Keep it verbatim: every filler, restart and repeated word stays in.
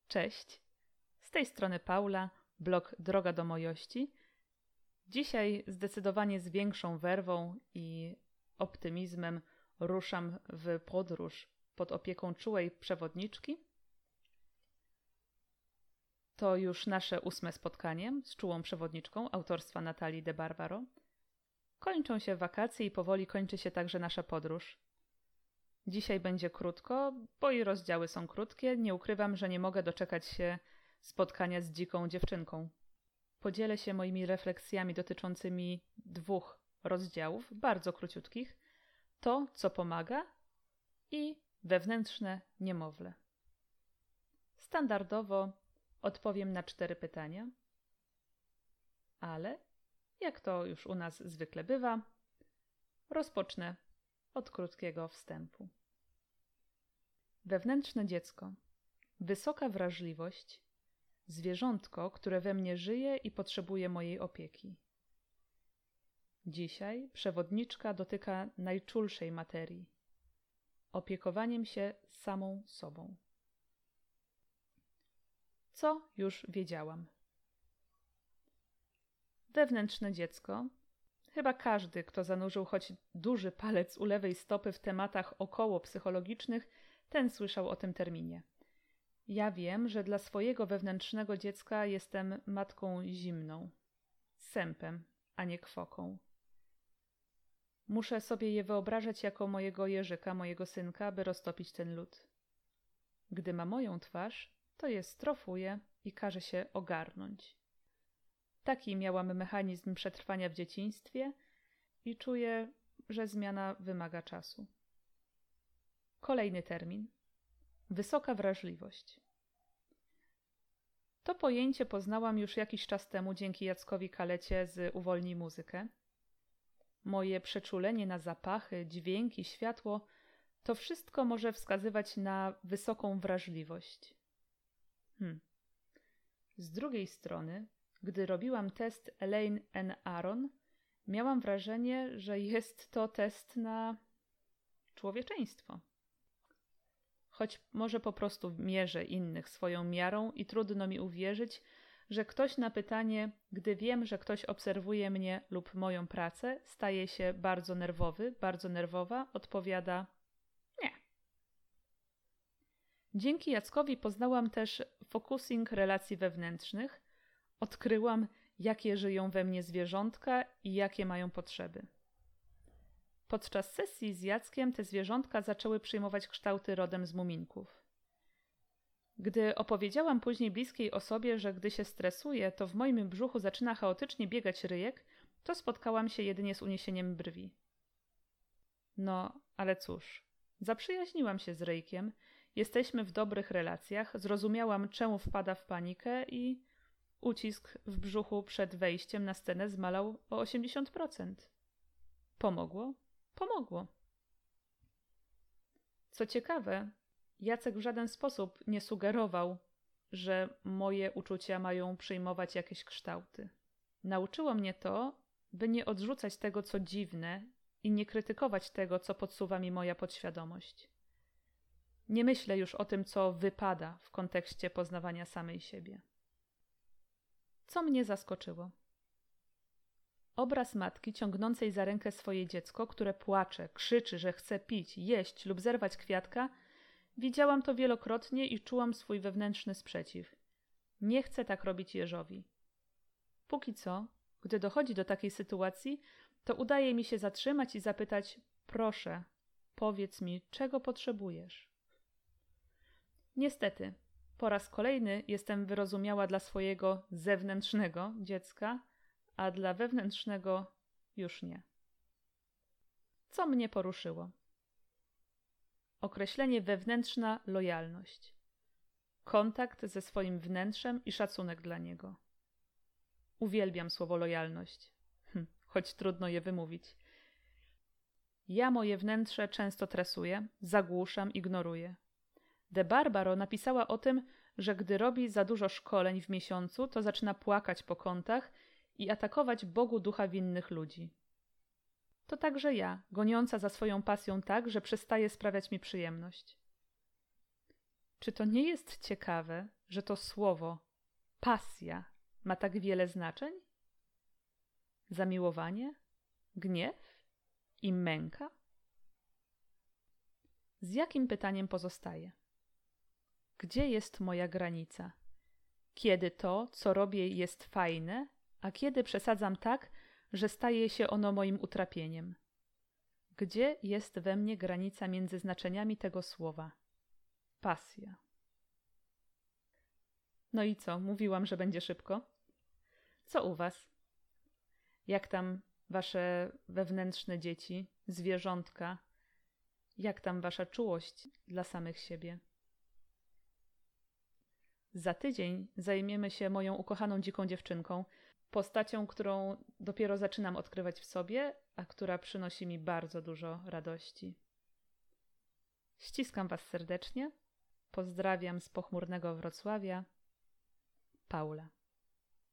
Cześć, z tej strony Paula, blog Droga do Mojości. Dzisiaj zdecydowanie z większą werwą i optymizmem ruszam w podróż pod opieką czułej przewodniczki. To już nasze ósme spotkanie z czułą przewodniczką autorstwa Natalii de Barbaro. Kończą się wakacje i powoli kończy się także nasza podróż. Dzisiaj będzie krótko, bo i rozdziały są krótkie. Nie ukrywam, że nie mogę doczekać się spotkania z dziką dziewczynką. Podzielę się moimi refleksjami dotyczącymi dwóch rozdziałów, bardzo króciutkich. To, co pomaga i wewnętrzne niemowlę. Standardowo odpowiem na cztery pytania, ale jak to już u nas zwykle bywa, rozpocznę od krótkiego wstępu. Wewnętrzne dziecko, wysoka wrażliwość, zwierzątko, które we mnie żyje i potrzebuje mojej opieki. Dzisiaj przewodniczka dotyka najczulszej materii, opiekowaniem się samą sobą. Co już wiedziałam? Wewnętrzne dziecko. Chyba każdy, kto zanurzył choć duży palec u lewej stopy w tematach około psychologicznych, ten słyszał o tym terminie. Ja wiem, że dla swojego wewnętrznego dziecka jestem matką zimną, sępem, a nie kwoką. Muszę sobie je wyobrażać jako mojego Jerzyka, mojego synka, by roztopić ten lód. Gdy ma moją twarz, to je strofuje i każe się ogarnąć. Taki miałam mechanizm przetrwania w dzieciństwie i czuję, że zmiana wymaga czasu. Kolejny termin. Wysoka wrażliwość. To pojęcie poznałam już jakiś czas temu dzięki Jackowi Kalecie z Uwolnij muzykę. Moje przeczulenie na zapachy, dźwięki, światło to wszystko może wskazywać na wysoką wrażliwość. Hmm. Z drugiej strony, gdy robiłam test Elaine N. Aron, miałam wrażenie, że jest to test na człowieczeństwo. Choć może po prostu mierzę innych swoją miarą i trudno mi uwierzyć, że ktoś na pytanie, gdy wiem, że ktoś obserwuje mnie lub moją pracę, staje się bardzo nerwowy, bardzo nerwowa, odpowiada nie. Dzięki Jackowi poznałam też focusing relacji wewnętrznych, odkryłam, jakie żyją we mnie zwierzątka i jakie mają potrzeby. Podczas sesji z Jackiem te zwierzątka zaczęły przyjmować kształty rodem z muminków. Gdy opowiedziałam później bliskiej osobie, że gdy się stresuję, to w moim brzuchu zaczyna chaotycznie biegać ryjek, to spotkałam się jedynie z uniesieniem brwi. No, ale cóż, zaprzyjaźniłam się z ryjkiem, jesteśmy w dobrych relacjach, zrozumiałam, czemu wpada w panikę i ucisk w brzuchu przed wejściem na scenę zmalał o osiemdziesiąt procent. Pomogło? Pomogło. Co ciekawe, Jacek w żaden sposób nie sugerował, że moje uczucia mają przyjmować jakieś kształty. Nauczyło mnie to, by nie odrzucać tego, co dziwne i nie krytykować tego, co podsuwa mi moja podświadomość. Nie myślę już o tym, co wypada w kontekście poznawania samej siebie. Co mnie zaskoczyło? Obraz matki ciągnącej za rękę swoje dziecko, które płacze, krzyczy, że chce pić, jeść lub zerwać kwiatka, widziałam to wielokrotnie i czułam swój wewnętrzny sprzeciw. Nie chcę tak robić Jerzowi. Póki co, gdy dochodzi do takiej sytuacji, to udaje mi się zatrzymać i zapytać: proszę, powiedz mi, czego potrzebujesz? Niestety, po raz kolejny jestem wyrozumiała dla swojego zewnętrznego dziecka, a dla wewnętrznego już nie. Co mnie poruszyło? Określenie wewnętrzna lojalność. Kontakt ze swoim wnętrzem i szacunek dla niego. Uwielbiam słowo lojalność, hm, choć trudno je wymówić. Ja moje wnętrze często tresuję, zagłuszam, ignoruję. De Barbaro napisała o tym, że gdy robi za dużo szkoleń w miesiącu, to zaczyna płakać po kątach i atakować Bogu ducha winnych ludzi. To także ja, goniąca za swoją pasją tak, że przestaje sprawiać mi przyjemność. Czy to nie jest ciekawe, że to słowo pasja ma tak wiele znaczeń? Zamiłowanie, gniew i męka? Z jakim pytaniem pozostaje? Gdzie jest moja granica? Kiedy to, co robię, jest fajne, a kiedy przesadzam tak, że staje się ono moim utrapieniem? Gdzie jest we mnie granica między znaczeniami tego słowa? Pasja. No i co? Mówiłam, że będzie szybko. Co u was? Jak tam wasze wewnętrzne dzieci, zwierzątka? Jak tam wasza czułość dla samych siebie? Za tydzień zajmiemy się moją ukochaną dziką dziewczynką, postacią, którą dopiero zaczynam odkrywać w sobie, a która przynosi mi bardzo dużo radości. Ściskam was serdecznie. Pozdrawiam z pochmurnego Wrocławia. Paula.